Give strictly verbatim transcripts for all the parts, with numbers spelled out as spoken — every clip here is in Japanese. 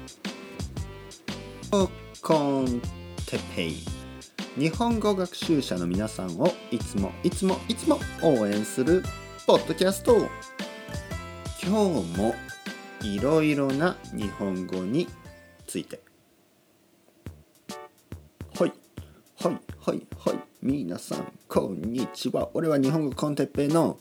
コンテペイ、日本語学習者の皆さんをいつもいつもいつも応援するポッドキャスト。今日もいろいろな日本語について。はいはいはいはい、皆さんこんにちは。俺は日本語コンテッペイの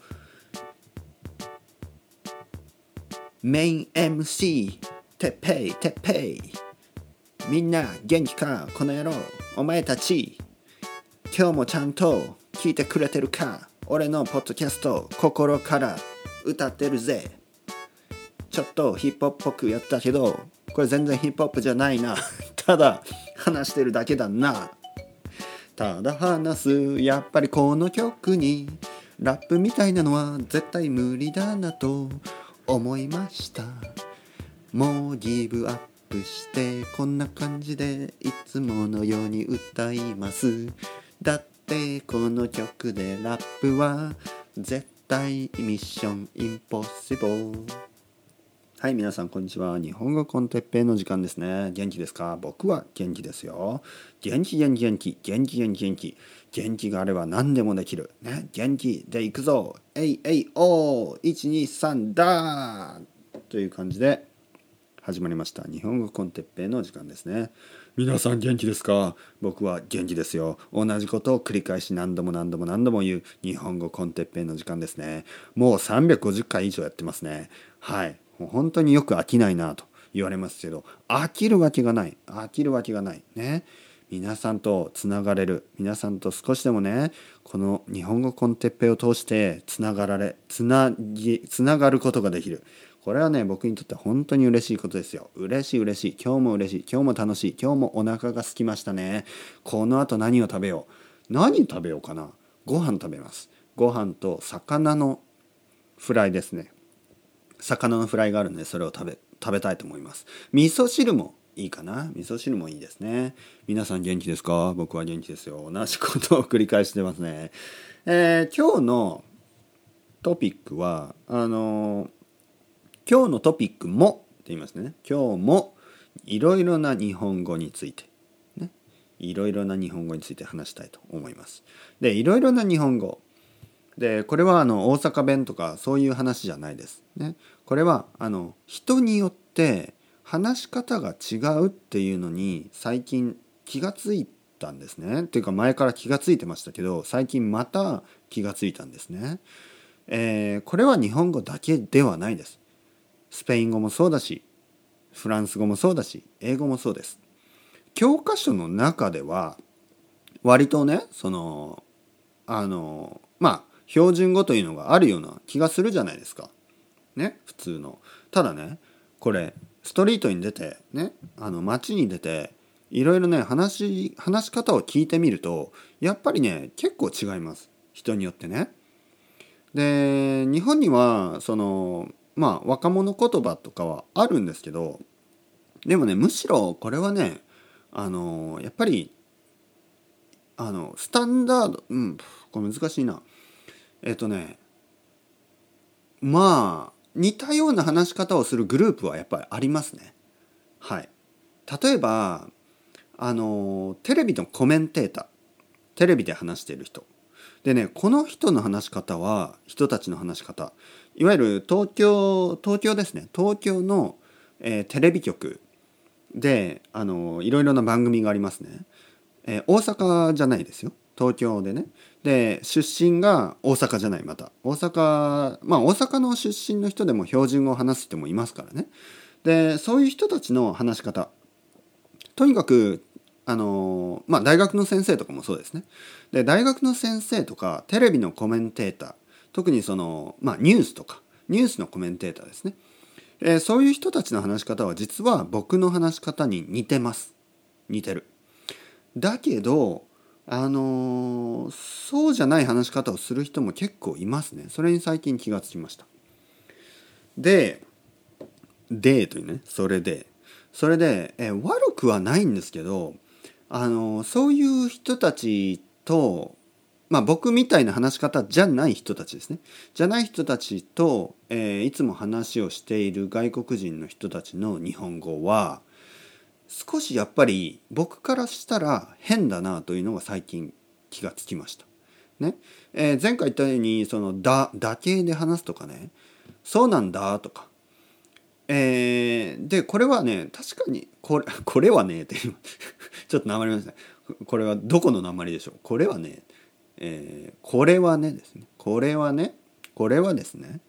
メイン エムシー テッペイテッペイ。みんな元気か？この野郎、お前たち今日もちゃんと聞いてくれてるか？俺のポッドキャスト心から歌ってるぜ。ちょっとヒップホップっぽくやったけど、これ全然ヒップホップじゃないな。ただ話してるだけだな。ただ話す。やっぱりこの曲にラップみたいなのは絶対無理だなと思いました。もうギブアップしてこんな感じでいつものように歌います。だってこの曲でラップは絶対ミッションインポッシブル。はい、皆さんこんにちは。日本語コンテッペイの時間ですね。元気ですか？僕は元気ですよ。元気元気元気元気元気元気元気があれば何でもできるね。元気でいくぞ。えいえいおーいちにさんだという感じで始まりました日本語コンテッペイの時間ですね。皆さん元気ですか？僕は元気ですよ。同じことを繰り返し何度も何度も何度も言う日本語コンテッペイの時間ですね。もうさんびゃくごじゅっかい以上やってますね。はい、もう本当によく飽きないなと言われますけど、飽きるわけがない飽きるわけがないね。皆さんとつながれる、皆さんと少しでもね、この日本語コンテッペイを通してつながられつなぎつながることができる。これはね、僕にとって本当に嬉しいことですよ。嬉しい嬉しい。今日も嬉しい。今日も楽しい。今日もお腹が空きましたね。この後何を食べよう。何食べようかな。ご飯食べます。ご飯と魚のフライですね。魚のフライがあるのでそれを食べ食べたいと思います。味噌汁もいいかな。味噌汁もいいですね。皆さん元気ですか？僕は元気ですよ。同じことを繰り返してますね。えー、今日のトピックはあのー今日のトピックもって言いますね。今日もいろいろな日本語について、ね、いろいろな日本語について話したいと思います。で、いろいろな日本語で、これはあの大阪弁とかそういう話じゃないです、ね。これはあの人によって話し方が違うっていうのに最近気がついたんですね。っていうか前から気がついてましたけど、最近また気がついたんですね。えー、これは日本語だけではないです。スペイン語もそうだし、フランス語もそうだし、英語もそうです。教科書の中では割とね、そのあのまあ標準語というのがあるような気がするじゃないですか。ね、普通の。ただね、これストリートに出てね、あの街に出ていろいろね話話し方を聞いてみると、やっぱりね結構違います。人によってね。で、日本にはそのまあ若者言葉とかはあるんですけど、でもね、むしろこれはね、あのやっぱりあのスタンダード、うんこれ難しいな。えっとねまあ似たような話し方をするグループはやっぱりありますね。はい。例えばあのテレビのコメンテーター、テレビで話している人でね、この人の話し方は人たちの話し方、いわゆる東京東京ですね、東京の、えーテレビ局であのいろいろな番組がありますね。えー大阪じゃないですよ、東京でね。で出身が大阪じゃない、また大阪、まあ大阪の出身の人でも標準語を話す人もいますからね。でそういう人たちの話し方、とにかくあのまあ大学の先生とかもそうですね。で大学の先生とかテレビのコメンテーター、特にそのまあニュースとかニュースのコメンテーターですね。えーそういう人たちの話し方は実は僕の話し方に似てます。似てる。だけどあのーそうじゃない話し方をする人も結構いますね。それに最近気がつきました。で、でというね、それで、それで、えー悪くはないんですけど、あのーそういう人たちとまあ僕みたいな話し方じゃない人たちですね。じゃない人たちと、えーいつも話をしている外国人の人たちの日本語は少しやっぱり僕からしたら変だなというのが最近気がつきました。ね。えー前回言ったようにそのだ、だけで話すとかね、そうなんだとか、えーで、これはね、確かに、これ、これはね、って今ちょっと訛りましたね。これはどこの訛りでしょう。これはね、えーこれはねですね。これはね、これはですね、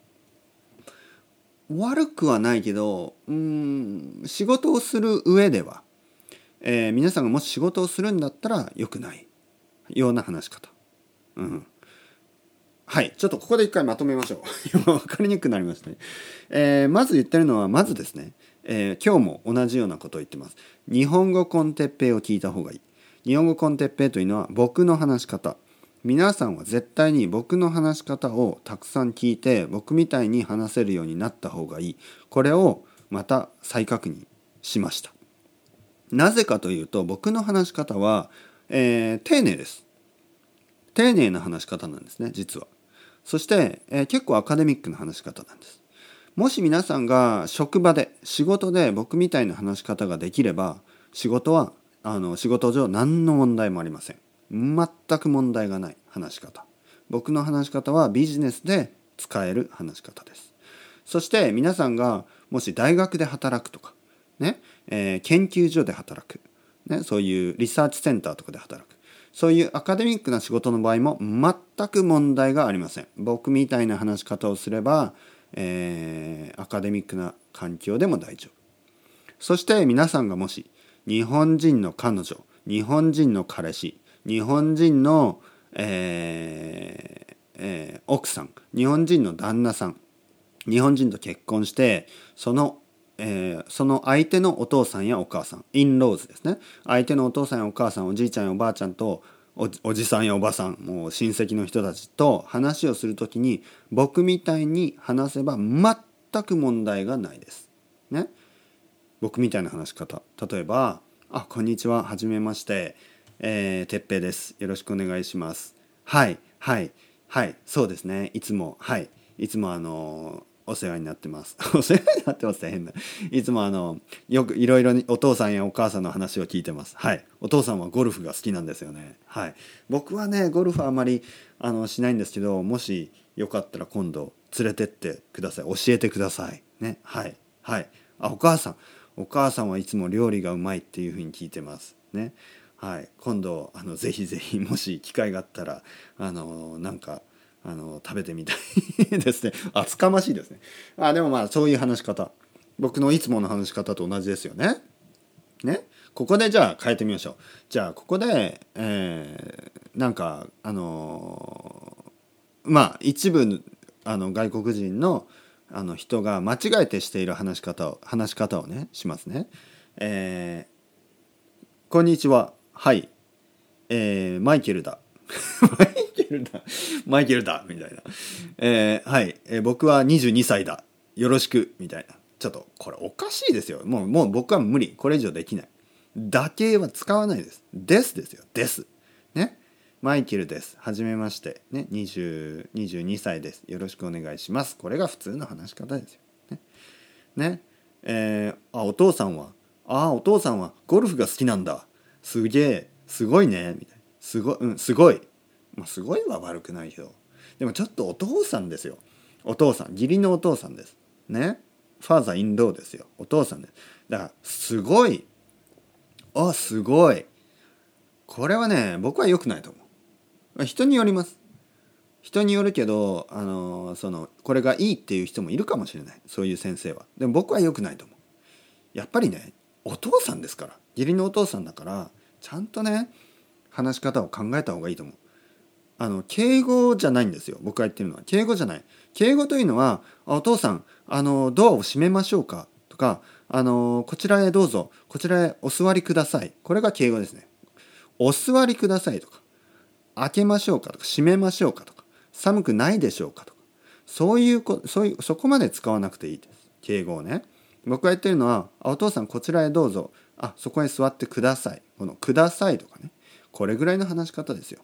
悪くはないけど、うーん、仕事をする上では、えー皆さんがもし仕事をするんだったら良くないような話し方。うん。はい。ちょっとここで一回まとめましょう。今分かりにくくなりましたね。えーまず言ってるのは、まずですね、えー今日も同じようなことを言ってます。日本語コンテッペイを聞いた方がいい。日本語コンテッペイというのは僕の話し方。皆さんは絶対に僕の話し方をたくさん聞いて、僕みたいに話せるようになった方がいい。これをまた再確認しました。なぜかというと、僕の話し方は、えー丁寧です。丁寧な話し方なんですね、実は。そして、えー結構アカデミックな話し方なんです。もし皆さんが職場で仕事で僕みたいな話し方ができれば、仕事はあの仕事上何の問題もありません。全く問題がない話し方。僕の話し方はビジネスで使える話し方です。そして皆さんがもし大学で働くとかね、えー研究所で働く、ね、そういうリサーチセンターとかで働く、そういうアカデミックな仕事の場合も全く問題がありません。僕みたいな話し方をすれば、えーアカデミックな環境でも大丈夫。そして皆さんがもし日本人の彼女、日本人の彼氏、日本人の、えーえー奥さん、日本人の旦那さん、日本人と結婚して、その、えーその相手のお父さんやお母さん、インローズですね。相手のお父さんやお母さん、おじいちゃんやおばあちゃんとお、おじさんやおばさん、もう親戚の人たちと話をするときに、僕みたいに話せば全く問題がないです。ね。僕みたいな話し方。例えば、あ、こんにちは、はじめまして、えー、てっぺいです。よろしくお願いします。はい、はい、はい、そうですね。いつも、はい、いつもあの、お世話になってます。お世話になってますって変な。いつもあの、よくいろいろお父さんやお母さんの話を聞いてます。はい。お父さんはゴルフが好きなんですよね。はい。僕はね、ゴルフはあまりあのしないんですけど、もしよかったら今度連れてってください。教えてください。ね。はい。はい。あ、お母さん。お母さんはいつも料理がうまいっていうふうに聞いてますね。はい、今度あのぜひぜひもし機会があったらあのなんかあの食べてみたいですね。厚かましいですね。あ、でもまあそういう話し方、僕のいつもの話し方と同じですよね。ね。ここでじゃあ変えてみましょう。じゃあここで、えーなんかあのーまあ一部あの外国人のあの人が間違えてしている話し方を話し方をねしますね。えーこんにちは。はい。えーマイケルだ。マイケルだ。マイケルだ。みたいな。えーはい、えー僕はにじゅうにさいだ。よろしく。みたいな。ちょっと、これおかしいですよ。もう、もう僕は無理。これ以上できない。だけは使わないです。ですですよ。です。ね。マイケルです。はじめまして。ね。にじゅう、にじゅうにさいです。よろしくお願いします。これが普通の話し方ですよ。ね。ね。えーあ、お父さんは、あ、お父さんはゴルフが好きなんだ。すげえ、すごいね。みたいな。すごい、うん、すごい。まあ、すごいは悪くないけど。でもちょっとお父さんですよ。お父さん。義理のお父さんです。ね。ファーザーインローですよ。お父さんです。だから、すごい。あ、すごい。これはね、僕は良くないと思う。人によります。人によるけど、あのそのこれがいいっていう人もいるかもしれない。そういう先生は。でも僕は良くないと思う。やっぱりね、お父さんですから。義理のお父さんだから、ちゃんとね、話し方を考えた方がいいと思う。あの敬語じゃないんですよ。僕が言ってるのは敬語じゃない。敬語というのは、あ、お父さん、あのドアを閉めましょうかとか、あのこちらへどうぞ、こちらへお座りください。これが敬語ですね。お座りくださいとか、開けましょうかとか、閉めましょうかとか、寒くないでしょうかとか、そういうこそういうそこまで使わなくていいです。敬語をね。僕が言ってるのは、あ、お父さんこちらへどうぞ、あ、そこへ座ってください。このくださいとかね、これぐらいの話し方ですよ。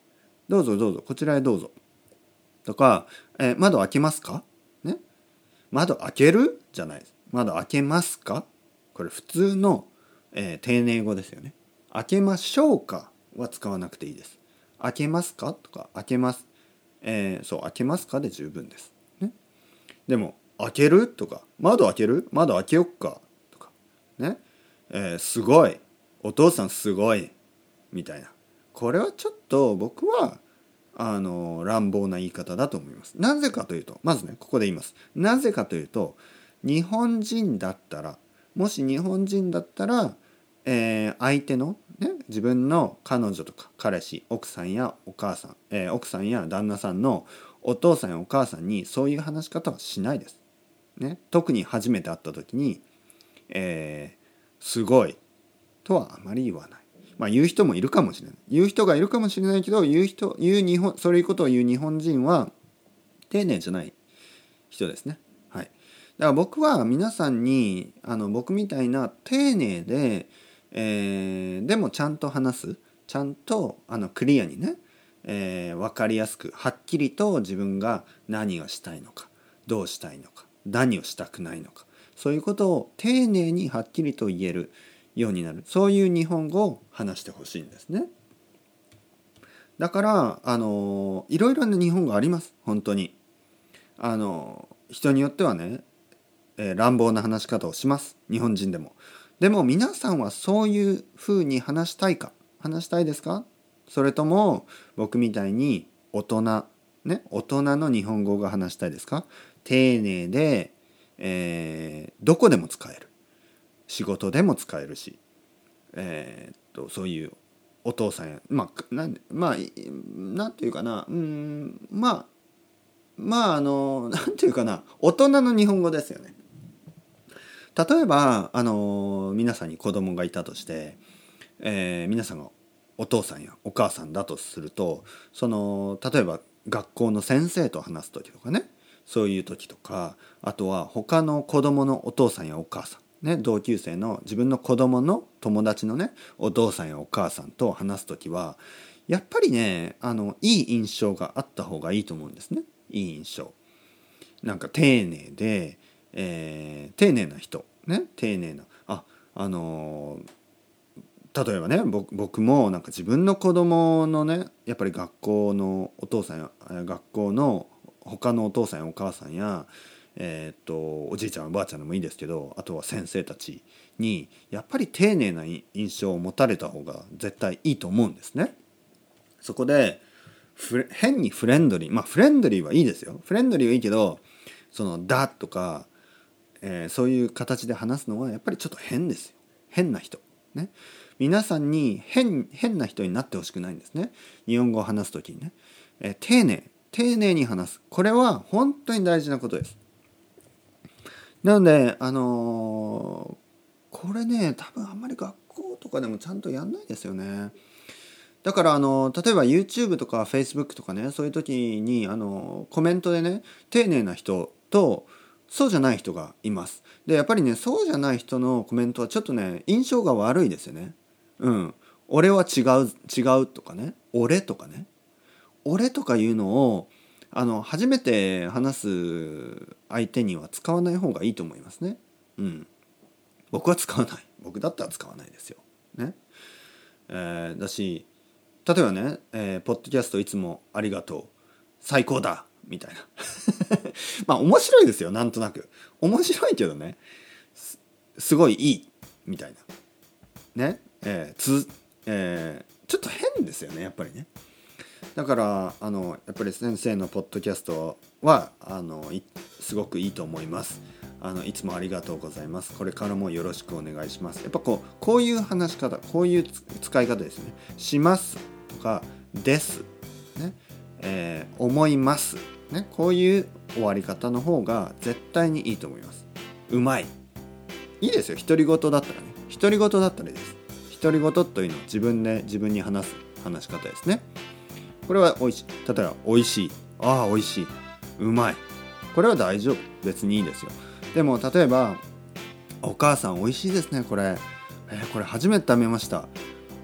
どうぞどうぞ、こちらへどうぞ。とか、えー窓開けますかね。窓開けるじゃないです。窓開けますか。これ普通の、えー丁寧語ですよね。開けましょうかは使わなくていいです。開けますかとか、開けます。えーそう、開けますかで十分です。ね。でも、開けるとか、窓開ける窓開けよっかとか、ね。えーすごい。お父さんすごい。みたいな。これはちょっと僕は、あの、乱暴な言い方だと思います。なぜかというと、まずね、ここで言います。なぜかというと、日本人だったら、もし日本人だったら、えー相手の、ね、自分の彼女とか彼氏、奥さんやお母さん、えー奥さんや旦那さんのお父さんやお母さんにそういう話し方はしないです。ね、特に初めて会った時に、えーすごいとはあまり言わない。まあ言う人もいるかもしれない。言う人がいるかもしれないけど、言う人、言う日本、そういうことを言う日本人は丁寧じゃない人ですね。はい。だから僕は皆さんに、あの僕みたいな丁寧で、えーでもちゃんと話す、ちゃんとあのクリアにね、えー分かりやすく、はっきりと自分が何をしたいのか、どうしたいのか、何をしたくないのか、そういうことを丁寧にはっきりと言えるようになる、そういう日本語を話してほしいんですね。だからあのいろいろな日本語あります。本当にあの人によってはね、えー乱暴な話し方をします。日本人でも。でも皆さんはそういうふうに話したいか、話したいですか？それとも僕みたいに大人、ね、大人の日本語が話したいですか？丁寧で、えーどこでも使える。仕事でも使えるし、えーっとそういうお父さんや、まあなんでまあいなんていうかな、うーんまあまああのなんていうかな、大人の日本語ですよね。例えばあの皆さんに子供がいたとして、えー皆さんがお父さんやお母さんだとすると、その例えば学校の先生と話す時とかね、そういう時とか、あとは他の子供のお父さんやお母さん、ね、同級生の自分の子供の友達のねお父さんやお母さんと話す時は、やっぱりね、あのいい印象があった方がいいと思うんですね。いい印象、なんか丁寧で、えー丁寧な人ね、丁寧な、ああのー例えばね、僕僕もなんか自分の子供のね、やっぱり学校のお父さんや学校の他のお父さんやお母さんや、えーっとおじいちゃんおばあちゃんでもいいですけど、あとは先生たちにやっぱり丁寧な印象を持たれた方が絶対いいと思うんですね。そこでフレ変にフレンドリー、まあフレンドリーはいいですよ。フレンドリーはいいけど、そのだとか、えーそういう形で話すのはやっぱりちょっと変ですよ。変な人ね。皆さんに変変な人になってほしくないんですね。日本語を話すときにね、えー丁寧丁寧に話す、これは本当に大事なことです。なのであのーこれね、多分あんまり学校とかでもちゃんとやんないですよね。だからあの例えば YouTube とか Facebook とかね、そういう時にあのコメントでね、丁寧な人とそうじゃない人がいます。でやっぱりね、そうじゃない人のコメントはちょっとね、印象が悪いですよね。うん。俺は違う違うとかね、俺とかね、俺とかいうのをあの初めて話す相手には使わない方がいいと思いますね。うん。僕は使わない。僕だったら使わないですよ。ね。えーだし、例えばね、えーポッドキャストいつもありがとう。最高だみたいな。まあ面白いですよ、なんとなく。面白いけどね、す、すごいいいみたいな。ね。えーつ、えーちょっと変ですよね、やっぱりね。だからあのやっぱり先生のポッドキャストはあのいすごくいいと思います。あのいつもありがとうございます。これからもよろしくお願いします。やっぱこうこういう話し方、こういう使い方ですね。しますとかですね、えー思いますね。こういう終わり方の方が絶対にいいと思います。うまい。いいですよ。独り言だったらね。独り言だったらいいです。独り言というのは自分で自分に話す話し方ですね。これは美味しい。例えば美味しい。ああ美味しい。うまい。これは大丈夫。別にいいですよ。でも例えばお母さん美味しいですねこれ。えーこれ初めて食べました。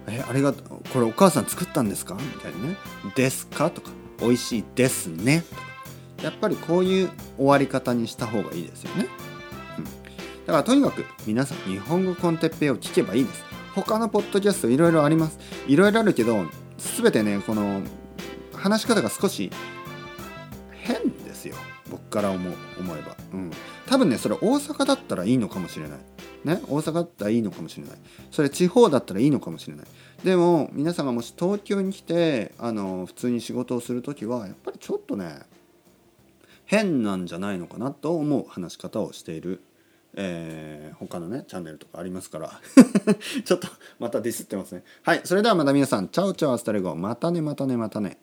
えあれがこれお母さん作ったんですかみたいなね。ですかとか美味しいですねとか、やっぱりこういう終わり方にした方がいいですよね。うん、だからとにかく皆さん日本語コンテッペイを聞けばいいです。他のポッドキャストいろいろあります。いろいろあるけど全てねこの話し方が少し変ですよ、僕から思う思えば、うん、多分ねそれ大阪だったらいいのかもしれないね、大阪だったらいいのかもしれない、それ地方だったらいいのかもしれない。でも皆さんがもし東京に来てあの普通に仕事をするときはやっぱりちょっとね変なんじゃないのかなと思う話し方をしている、えー、他のねチャンネルとかありますからちょっとまたディスってますね。はい、それではまた皆さんチャオチャオアスタレゴ、またねまたねまたね。